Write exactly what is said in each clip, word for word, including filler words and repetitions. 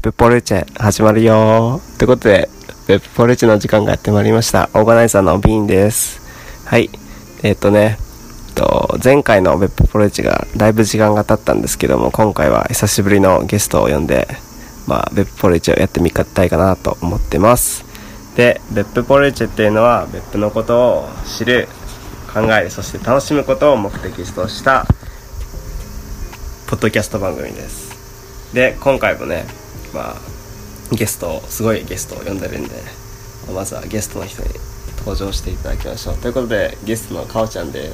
プポルチェ始まるよーということで、ベップポルチェの時間がやってまいりました。オーガナイザーのビーンです。はい、えっとねと前回のベップポルチェがだいぶ時間が経ったんですけども、今回は久しぶりのゲストを呼んで、まあ、ベップポルチェをやってみたいかなと思ってます。で、ベップポルチェっていうのはベップのことを知る、考える、そして楽しむことを目的としたポッドキャスト番組です。で、今回もね、まあゲストをすごいゲストを呼んでるんで、まずはゲストの人に登場していただきましょう。ということで、ゲストのかおちゃんです。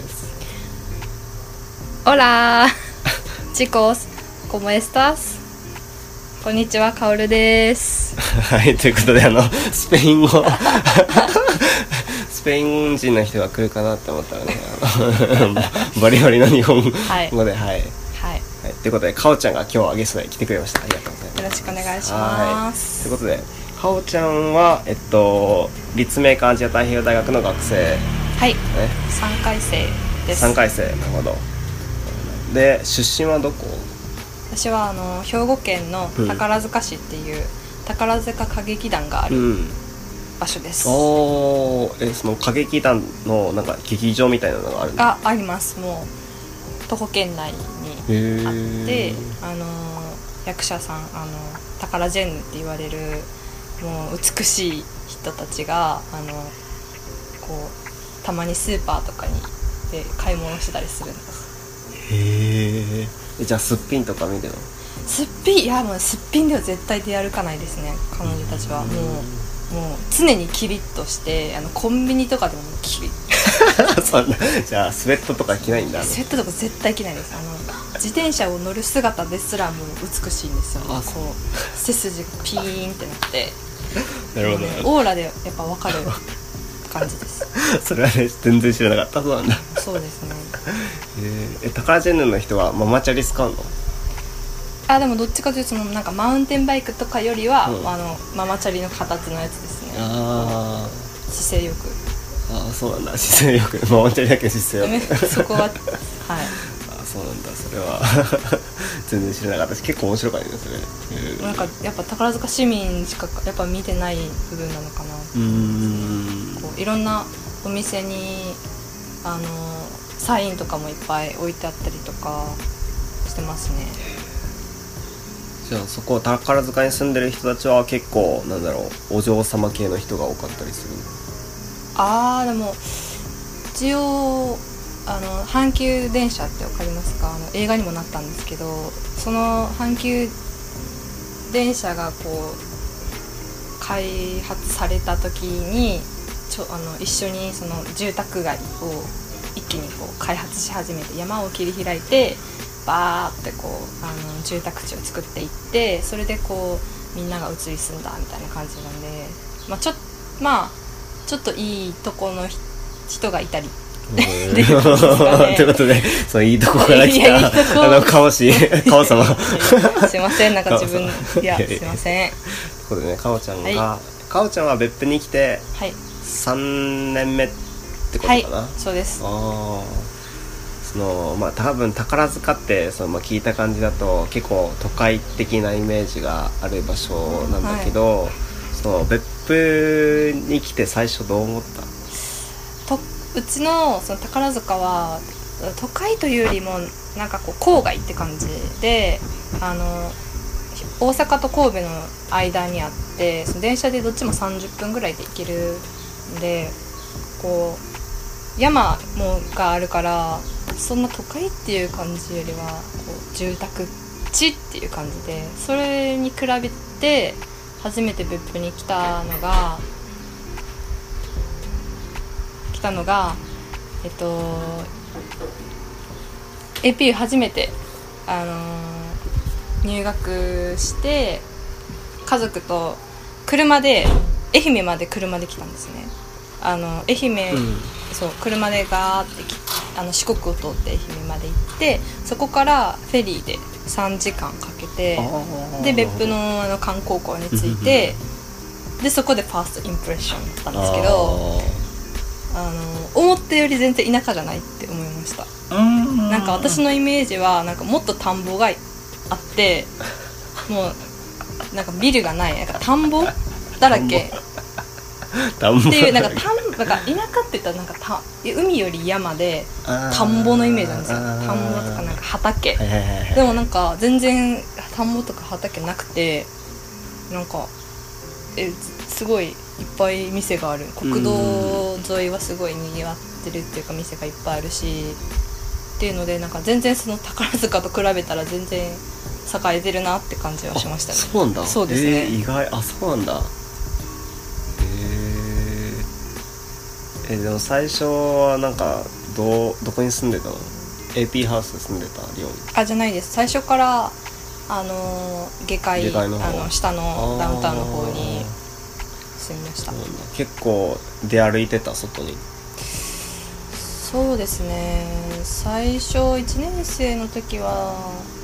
Hola chicos, ¿cómo estás? こんにちは、かおるです。 はい、ということで、あのスペイン語スペイン人の人が来るかなって思ったらね、あのバリバリの日本語で、はい、はいはいはい、ということで、かおちゃんが今日はゲストで来てくれました。ありがとうございます。 よろしくお願いします。 ということで、かおちゃんは、えっと、立命館アジア太平洋大学の学生、 はい、ね、さんかい生です。 さんかい生、なるほど。で、出身はどこ？ 私はあの兵庫県の宝塚市っていう、うん、宝塚歌劇団がある場所です。 うん、おー、え、その歌劇団のなんか劇場みたいなのがあるの？ あ、あります。もう徒歩圏内にあって、あの役者さん、あのタカラジェンヌって言われるもう美しい人たちが、あのこうたまにスーパーとかにで買い物したりするんです。 へえ。じゃあすっぴんとか見てるの？ すっぴん、いや、もうすっぴんでは絶対出歩かないですね。彼女たちはもう、もう常にキリッとして、あのコンビニとかでもキリッそんな、じゃあスウェットとか着ないんだ。 スウェットとか絶対着ないです。あの自転車を乗る姿ですらも美しいんですよ。あ、こう背筋がピーンってなってなるほど、ね、 オーラでやっぱ分かる感じですそれはね、全然知らなかった。そうなんだ。 そうですね。 えー、タカラジェンヌの人はママチャリ使うの？ あ、でもどっちかというとそのなんかマウンテンバイクとかよりは、うん、あのママチャリの形のやつですね。あ、姿勢よく。 あ、そうなんだ。姿勢よく、ママチャリだけ姿勢よくそこははい。 あ、そうなんだ。それは全然知らなかったし、結構面白かったですね。 えー、なんかやっぱ宝塚市民しかやっぱ見てない部分なのかな。うーん、こういろんなお店にあのサインとかもいっぱい置いてあったりとかしてますね。 じゃあそこ宝塚に住んでる人たちは結構なんだろう、お嬢様系の人が多かったりするの？ あー、でも一応あの阪急電車ってわかりますか？あの映画にもなったんですけど、その阪急電車がこう開発された時にちょあの一緒にその住宅街を一気にこう開発し始めて、山を切り開いてバーってこうあの住宅地を作っていって、それでこうみんなが移り住んだみたいな感じなんで、まあちょまあちょっといいとこの人がいたりということで、そのいいとこから来たあのカオシカオ様すいません、なんか自分いやすいません。ということでね、カオちゃんが、はい、カオちゃんは別府に来てさんねんめってことかな？ はい、そうです。 あ、そのまあ多分宝塚ってその、まあ、聞いた感じだと結構都会的なイメージがある場所なんだけど、はい、その別府に来て最初どう思った？ とうち の, その宝塚は都会というよりもなんかこう郊外って感じで、あの大阪と神戸の間にあって、その電車でどっちもさんじゅっぷんぐらいで行けるんで、こう山もがあるから、そんな都会っていう感じよりはこう住宅地っていう感じで、それに比べて初めて別府に来たのが来たのがえっと エーピーユー 初めて、あのー、入学して家族と車で愛媛まで車で来たんですね。あの愛媛、うん、そう車でガーってきあの四国を通って愛媛まで行って、そこからフェリーでさんじかんかけて、で別府 の, あの観光港に着いてでそこでファーストインプレッションだったんですけど、あの思ったより全然田舎じゃないって思いました。なんか私のイメージはなんかもっと田んぼがあって、もうなんかビルがない、なんか田んぼだらけ田んぼっていう、なんか田んなんか田舎って言ったらなんかた海より山で田んぼのイメージなんですよ。田んぼとかなんか畑、 はいはいはいはい、 でもなんか全然田んぼとか畑なくて、なんかえすごいいっぱい店がある。国道沿いはすごい賑わってるっていうか店がいっぱいあるしっていうので、なんか全然その宝塚と比べたら全然栄えてるなって感じはしましたね。 そうなんだ。 そうですね、 えー、意外。あ、そうなんだ。えー、えでも最初はなんかどどこに住んでたの？ エーピー ハウス住んでた寮に？ あ、じゃないです。最初からあの下界、 下界の方、 あの下のダウンタウンの方に住みました。 結構出歩いてた、外に？ そうですね、最初いちねん生の時は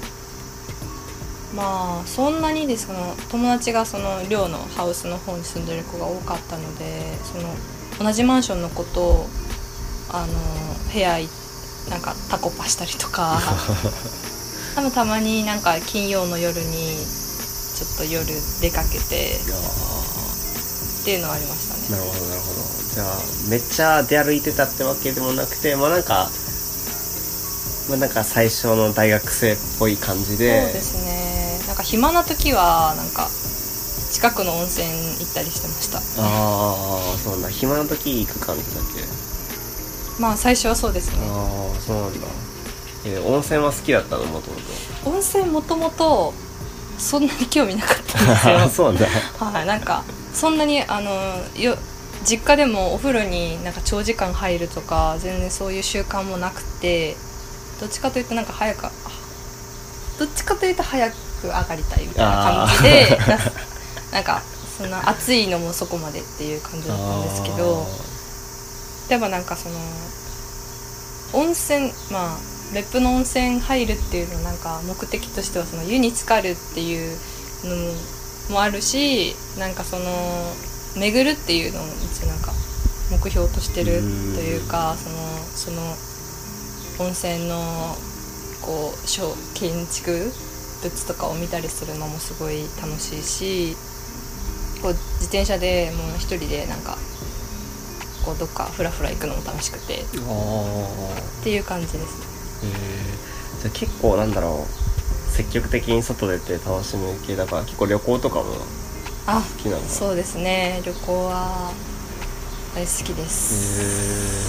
まあそんなにですけど、友達がその寮のハウスの方に住んでる子が多かったので、その同じマンションの子とあの部屋なんかタコパしたりとか多分たまになんか金曜の夜にちょっと夜出かけてっていうのはありましたね。 なるほどなるほど。じゃあめっちゃ出歩いてたってわけでもなくて、まあなんかまあなんか最初の大学生っぽい感じで。 そうですね、なんか暇な時はなんか近くの温泉行ったりしてました。 ああ、そうなんだ。暇な時行く感じだっけ？ まあ最初はそうですね。 ああ、そうなんだ。えー、温泉は好きだったの？もともと温泉もともとそんなに興味なかったんですよそうなんだ。 はい、なんかそんなにあのよ実家でもお風呂になんか長時間入るとか全然そういう習慣もなくて、どっちかというとなんか早くどっちかというと早く上がりたいみたいな感じでなんかそんな暑いのもそこまでっていう感じだったんですけど、でもなんかその温泉、まあ別府の温泉入るっていうのなんか目的としてはその湯に浸かるっていうのもあるし、なんかその巡るっていうのも一応なんか目標としてるというか、そのその温泉のこう小建築物とかを見たりするのもすごい楽しいし、こう自転車でもう一人でなんかこうどっかフラフラ行くのも楽しくてっていう感じですね。 えー、じゃあ結構なんだろう、積極的に外出て楽しむ系だから結構旅行とかも好きなの？ そうですね、旅行は大好きです。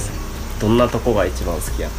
えー、どんなとこが一番好きやった？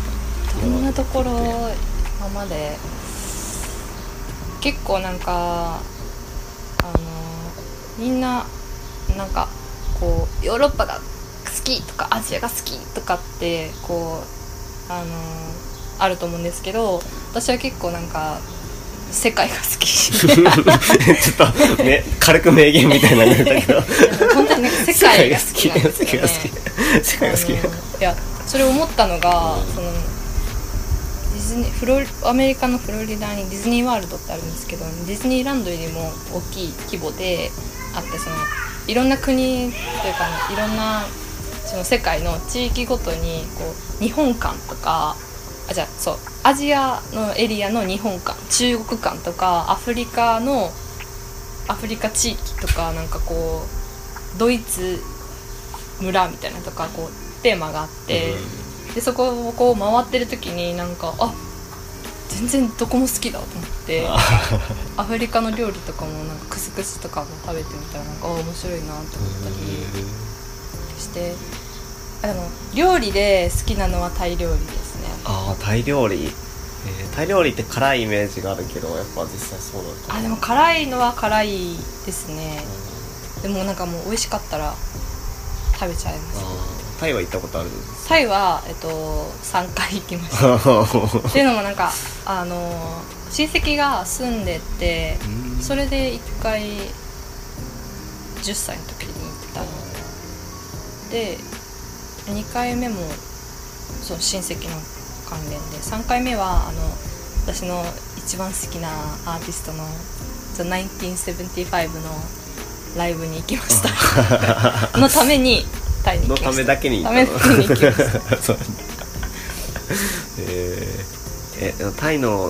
どんなところ今まで結構なんかあのみんななんかこうヨーロッパが好きとかアジアが好きとかってこうあのあると思うんですけど、私は結構なんか世界が好きちょっとね軽く名言みたいなのだけど本当になんか世界が好きなんですよね。 世界が好き。 いやそれを思ったのが、うん、そのディズニーフロアメリカのフロリダにディズニーワールドってあるんですけど、ディズニーランドよりも大きい規模であって、そのいろんな国というか、ね、いろんなその世界の地域ごとにこう日本館とか、あじゃあそうアジアのエリアの日本館、中国館とか、アフリカのアフリカ地域とか、なんかこうドイツ村みたいなとかこうテーマがあって、うん、でそこをこう回ってる時になんかあ全然どこも好きだと思ってアフリカの料理とかもなんかクスクスとかも食べてみたらなんかあ面白いなと思ったりして、あでも料理で好きなのはタイ料理ですね。 ああタイ料理、えー、タイ料理って辛いイメージがあるけどやっぱ実際そうなのかな。 あでも辛いのは辛いですね、うん、でもなんかもう美味しかったら食べちゃいます。 あタイは行ったことあるんですか？ タイは、えっと、さんかい行きましたっていうのもなんかあの親戚が住んでて、それでいっかいじゅっさいの時に行ったので、にかいめもそう親戚の関連で、さんかいめはあの私の一番好きなアーティストの The ナインティーンセブンティーファイブ のライブに行きましたのためにタイに行きました。 のためだけに行ったの？ ためだけに行きましたそうえー、えタイの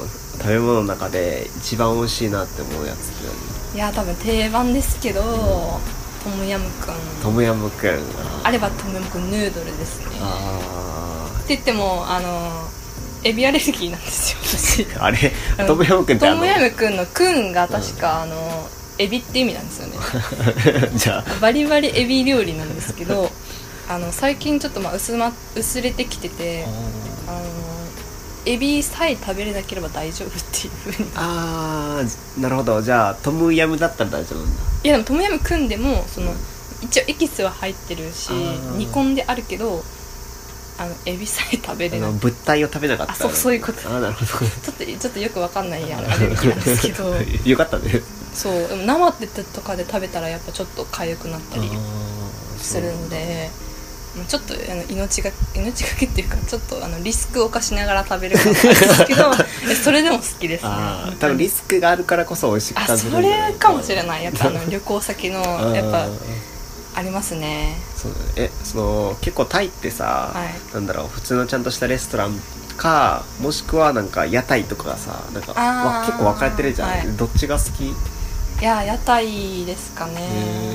食べ物の中で一番美味しいなって思うやつっていや多分定番ですけど、うん、トムヤムクントムヤムクンあ, あればトムヤムクンヌードルですね。 あって言ってもあのエビアレルギーなんですよ私あれトムヤムクンってあのトムヤムクンのクンが確か、うん、あのエビって意味なんですよねじゃあバリバリエビ料理なんですけどあの最近ちょっとまあ 薄, ま薄れてきててあのエビさえ食べれなければ大丈夫っていう風にあーなるほど。じゃあトムヤムだったら大丈夫なんだ。 いやでもトムヤムクンでもその、うん、一応エキスは入ってるし煮込んであるけどあのエビさえ食べれない物体を食べなかった。 あそうそういうこと。 あなるほど。ちょっとちょっとよくわかんないあのアレルギーなんですけどよかったね。 そうでも生ってとかで食べたらやっぱちょっと痒くなったりするんでちょっとあの命が命がけっていうかちょっとあのリスクを冒しながら食べることなんですけどそれでも好きですね。 あ多分リスクがあるからこそ美味しく感じるんじゃないか。 あそれかもしれない。やっぱあの旅行先のやっぱありますね。 そうだね。えその結構タイってさ、はい、なんだろう普通のちゃんとしたレストランかもしくはなんか屋台とかがさなんかわ結構分かれてるじゃん、はい、どっちが好き？ いや屋台ですかね。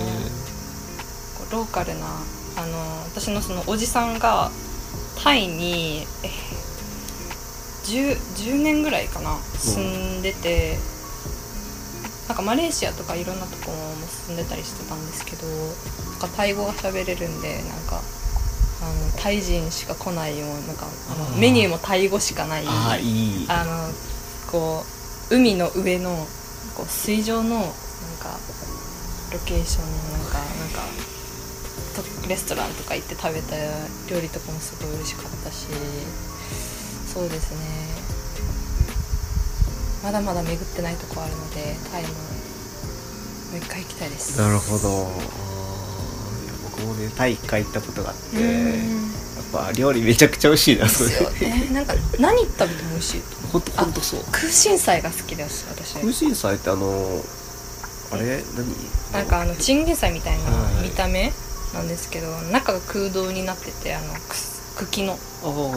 ローカルなあの私のそのおじさんがタイにえ 10, じゅうねんぐらいかな住んでて、なんかマレーシアとかいろんなとこも住んでたりしてたんですけど、なんかタイ語が喋れるんでなんかあのタイ人しか来ないようなんかあのメニューもタイ語しかないあいいあのこう海の上のこう水上のなんかロケーションのなんかなんかレストランとか行って食べた料理とかもすごい美味しかったし、そうですねまだまだ巡ってないとこあるのでタイももう一回行きたいです。 なるほど。あ僕もねタイ一回行ったことがあって、やっぱ料理めちゃくちゃ美味しいなそれですよね。なんか何食べても美味しいほんとほんとそう。 空心菜が好きです私。 空心菜ってあのあれ何なんかあのチンゲン菜みたいな見た目なんですけど、中が空洞になっててあの茎のあの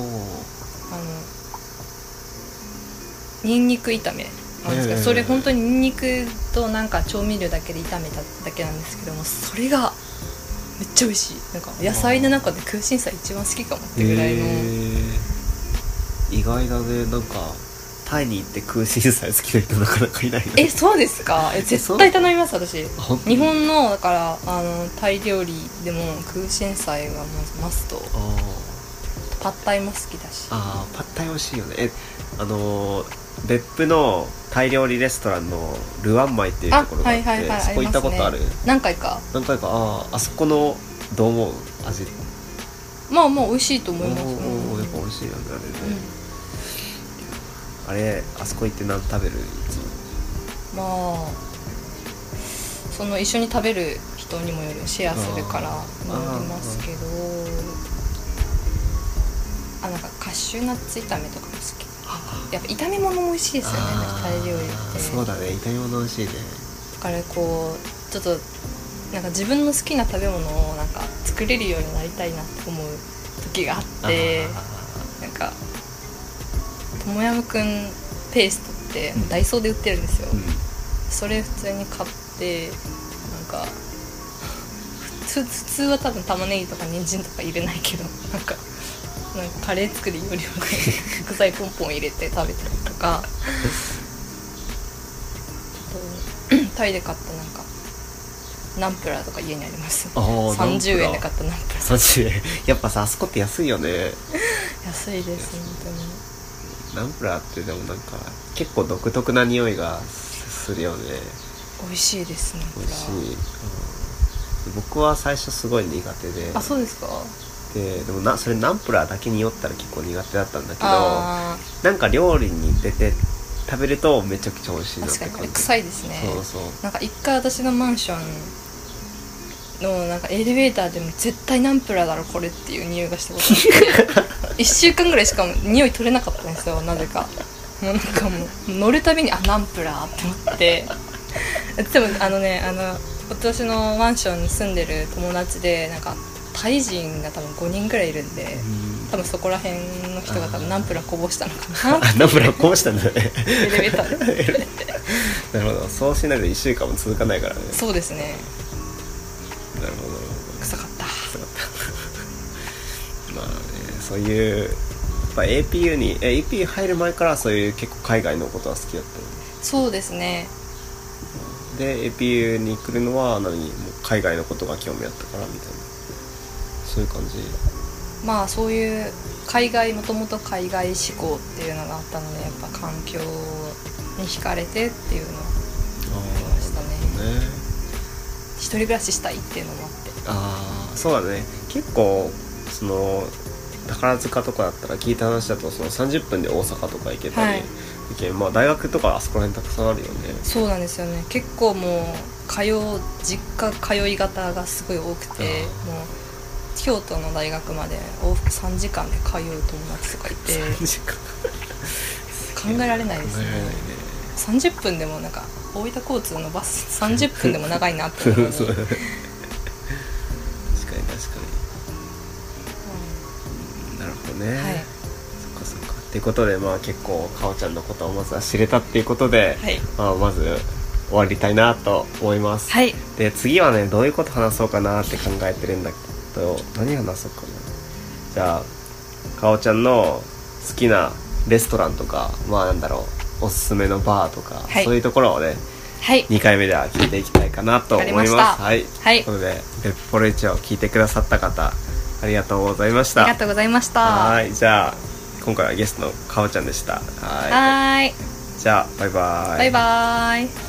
ニンニク炒めなんですけど、それ本当にニンニクとなんか調味料だけで炒めただけなんですけども、それがめっちゃ美味しい。なんか野菜の中で空心菜一番好きかもってぐらいの。 意外だね。なんかタイに行って空心菜好きな人なかなかいないな。 えそうですか。え絶対頼みます私。日本のだからあのタイ料理でも空心菜がまずマスト。パッタイも好きだし。 ああパッタイ美味しいよね。えあの別府のタイ料理レストランのルワンマイっていうところがあって、はいはいはい、そこ行ったことある？ 何回か何回か。あああそこのどう思う味？ まあまあ美味しいと思います。 おおやっぱ美味しいよねあれね、うん、あれあそこ行って何食べる？いつもまあその一緒に食べる人にもよるシェアするからもよりますけど、あなんかカシューナッツ炒めとかも好き。やっぱ炒め物も美味しいですよねタイ料理って。 そうだね炒め物美味しいね。 だからこうちょっとなんか自分の好きな食べ物をなんか作れるようになりたいなって思う時があって、なんかトムヤムクンペーストってダイソーで売ってるんですよ、うん、それ普通に買ってなんか普通は多分玉ねぎとか人参とか入れないけどなんかなんかカレー作るよりも具材ポンポン入れて食べたりとかタイで買ったなんかナンプラーとか家にあります。さんじゅうえんで買ったナンプラー。 さんじゅうえんやっぱさあそこって安いよね。 安いです本当に。ナンプラーってでもなんか結構独特な匂いがするよね。 美味しいですナンプラー。 美味しい、うん、僕は最初すごい苦手で。 あそうですか。 で, でもなそれナンプラーだけによったら結構苦手だったんだけど、なんか料理に出て食べるとめちゃくちゃ美味しいなって感じ。 確かに臭いですね。 そうそう。 なんか一回私のマンションのなんかエレベーターでも絶対ナンプラーだろこれっていう匂いがしたことあっていっしゅうかんぐらいしかも匂い取れなかったんですよなぜか。もうなんかもう乗るたびにあナンプラーって思ってでもあのねあの私のマンションに住んでる友達でなんかタイ人が多分ごにんぐらいいるんで、 うん多分そこら辺の人が多分ナンプラーこぼしたのかなあナンプラーこぼしたんだねエレベーターでなるほど。そうしないといっしゅうかんも続かないからね。 そうですね。 なるほどなるほど。 臭かった臭かったまあね、そういうやっぱ エーピーユー に エーピーユー 入る前からそういう結構海外のことは好きだったの？ そうですね。 で エーピーユー に来るのは何、もう海外のことが興味あったからみたいな、そういう感じ？ まあそういう海外もともと海外志向っていうのがあったので、やっぱ環境に惹かれてっていうのをありましたね。 ね、 一人暮らししたいっていうのもあって。 ああそうだね。結構その宝塚とかだったら聞いた話だとそのさんじゅっぷんで大阪とか行けたり、はい、まあ、大学とかあそこら辺たくさんあるよね。 そうなんですよね。結構もう通う実家通い方がすごい多くて、もう京都の大学まで往復さんじかんで通う友達とかいてさんじかん考えられないですね。考えられないね。さんじゅっぷんでもなんか大分交通のバスさんじゅっぷんでも長いなって思うのに確かに確かに、うん、なるほどね、 はい、 そっかそっか。っていうことで、まあ結構かおちゃんのことをまずは知れたっていうことで、 はい、 まあ、まず終わりたいなと思います、 はい、 で次はねどういうこと話そうかなって考えてるんだけど、何話そうかな。じゃあかおちゃんの好きなレストランとか、まあなんだろう、おすすめのバーとか、はい、そういうところをね、はい、にかいめでは聞いていきたいかなと思います。はい、はい、ということでベッポレイチを聞いてくださった方ありがとうございました。 ありがとうございました。 はい、じゃあ今回はゲストのかおちゃんでした。はい、はい、じゃあバイバイ。 バイバイ。